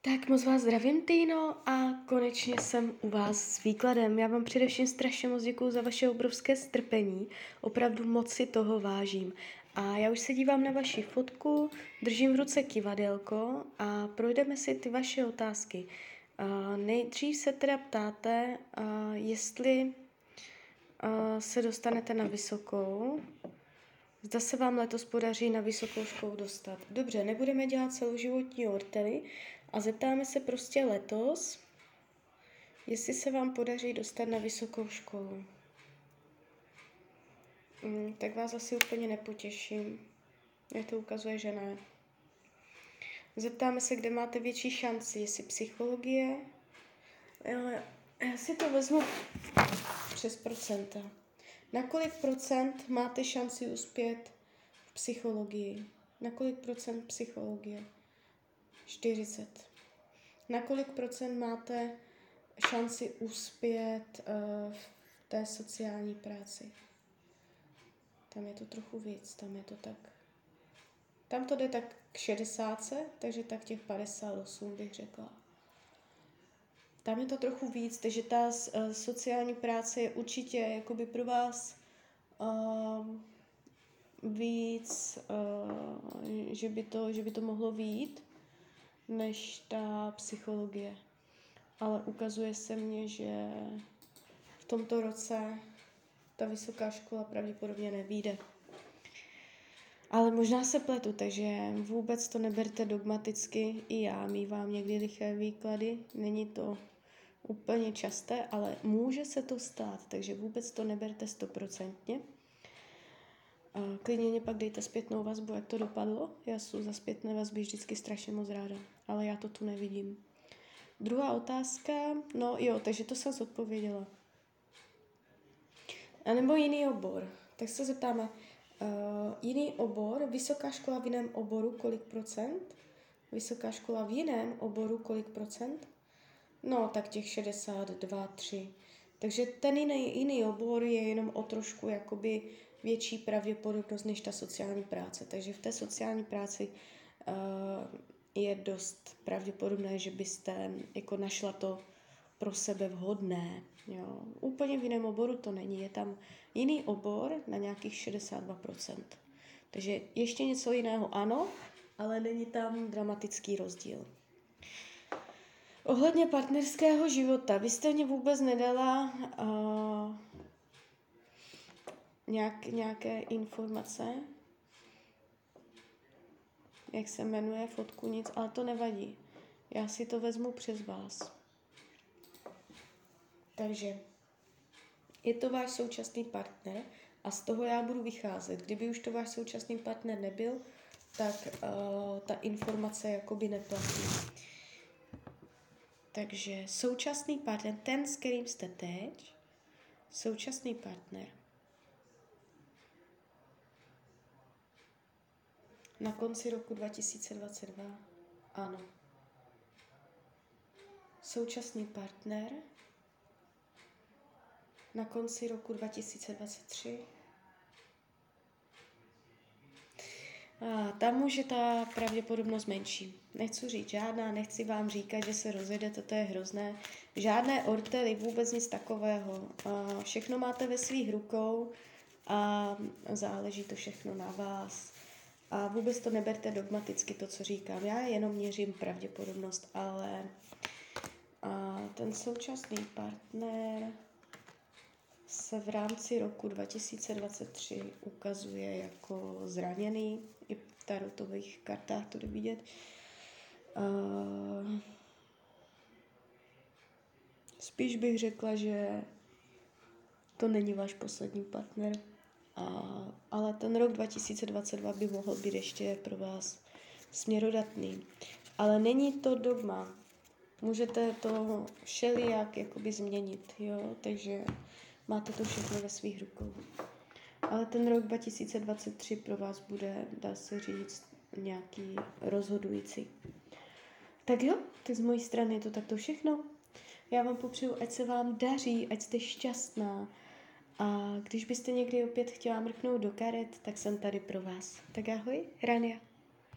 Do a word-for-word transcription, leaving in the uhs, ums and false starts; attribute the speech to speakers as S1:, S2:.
S1: Tak moc vás zdravím, Týno, a konečně jsem u vás s výkladem. Já vám především strašně moc děkuju za vaše obrovské strpení, opravdu moc si toho vážím. A já už se dívám na vaši fotku, držím v ruce kivadelko a projdeme si ty vaše otázky. Uh, nejdřív se teda ptáte, uh, jestli uh, se dostanete na vysokou. Zda se vám letos podaří na vysokou školu dostat. Dobře, nebudeme dělat celoživotní ortely a zeptáme se prostě letos, jestli se vám podaří dostat na vysokou školu. Hmm, tak vás asi úplně nepotěším. Mě to ukazuje, že ne. Zeptáme se, kde máte větší šanci, jestli psychologie. Já si to vezmu přes procenta. Na kolik procent máte šanci uspět v psychologii? Na kolik procent psychologie? čtyřicet. Na kolik procent máte šanci uspět uh, v té sociální práci? Tam je to trochu víc, tam je to tak. Tam to jde tak k šedesátce, takže tak těch padesát osm bych řekla. Tam je to trochu víc, takže ta uh, sociální práce je určitě jakoby pro vás uh, víc, uh, že, by to, že by to mohlo vyjít, než ta psychologie. Ale ukazuje se mně, že v tomto roce ta vysoká škola pravděpodobně nevyjde. Ale možná se pletu, takže vůbec to neberte dogmaticky. I já mívám někdy liché výklady. Není to úplně časté, ale může se to stát, takže vůbec to neberte stoprocentně. Klidně mě pak dejte zpětnou vazbu, jak to dopadlo. Já jsem za zpětné vazby vždycky strašně moc ráda, ale já to tu nevidím. Druhá otázka, no jo, takže to jsem zodpověděla. A nebo jiný obor. Tak se zeptáme, uh, jiný obor, vysoká škola v jiném oboru, kolik procent? Vysoká škola v jiném oboru, kolik procent? No, tak těch šedesát dva, tři. Takže ten jiný, jiný obor je jenom o trošku jakoby větší pravděpodobnost než ta sociální práce. Takže v té sociální práci uh, je dost pravděpodobné, že byste jako našla to pro sebe vhodné. Jo. Úplně v jiném oboru to není. Je tam jiný obor na nějakých šedesát dva procent. Takže ještě něco jiného ano, ale není tam dramatický rozdíl. Ohledně partnerského života, vy jste mě vůbec nedala uh, nějak, nějaké informace, jak se jmenuje, fotku, nic, ale to nevadí. Já si to vezmu přes vás. Takže je to váš současný partner a z toho já budu vycházet. Kdyby už to váš současný partner nebyl, tak uh, ta informace jakoby neplatí. Takže současný partner, ten, s kterým jste teď, současný partner. Na konci roku dva tisíce dvacet dva, ano. Současný partner na konci roku dva tisíce dvacet tři. A tam už je ta pravděpodobnost menší. Nechci říct žádná, nechci vám říkat, že se rozjedete, to je hrozné. Žádné ortely, vůbec nic takového. A všechno máte ve svých rukou a záleží to všechno na vás. A vůbec to neberte dogmaticky, to, co říkám. Já jenom měřím pravděpodobnost, ale a ten současný partner se v rámci roku dva tisíce dvacet tři ukazuje jako zraněný. I v tarotových kartách to jde vidět. Uh, spíš bych řekla, že to není váš poslední partner. Uh, ale ten rok dva tisíce dvacet dva by mohl být ještě pro vás směrodatný. Ale není to dogma. Můžete to všelijak jakoby změnit, jo, takže máte to všechno ve svých rukou. Ale ten rok dva tisíce dvacet tři pro vás bude, dá se říct, nějaký rozhodující. Tak jo, tak z mojí strany je to takto všechno. Já vám popřeju, ať se vám daří, ať jste šťastná. A když byste někdy opět chtěla mrknout do karet, tak jsem tady pro vás. Tak ahoj, Rania.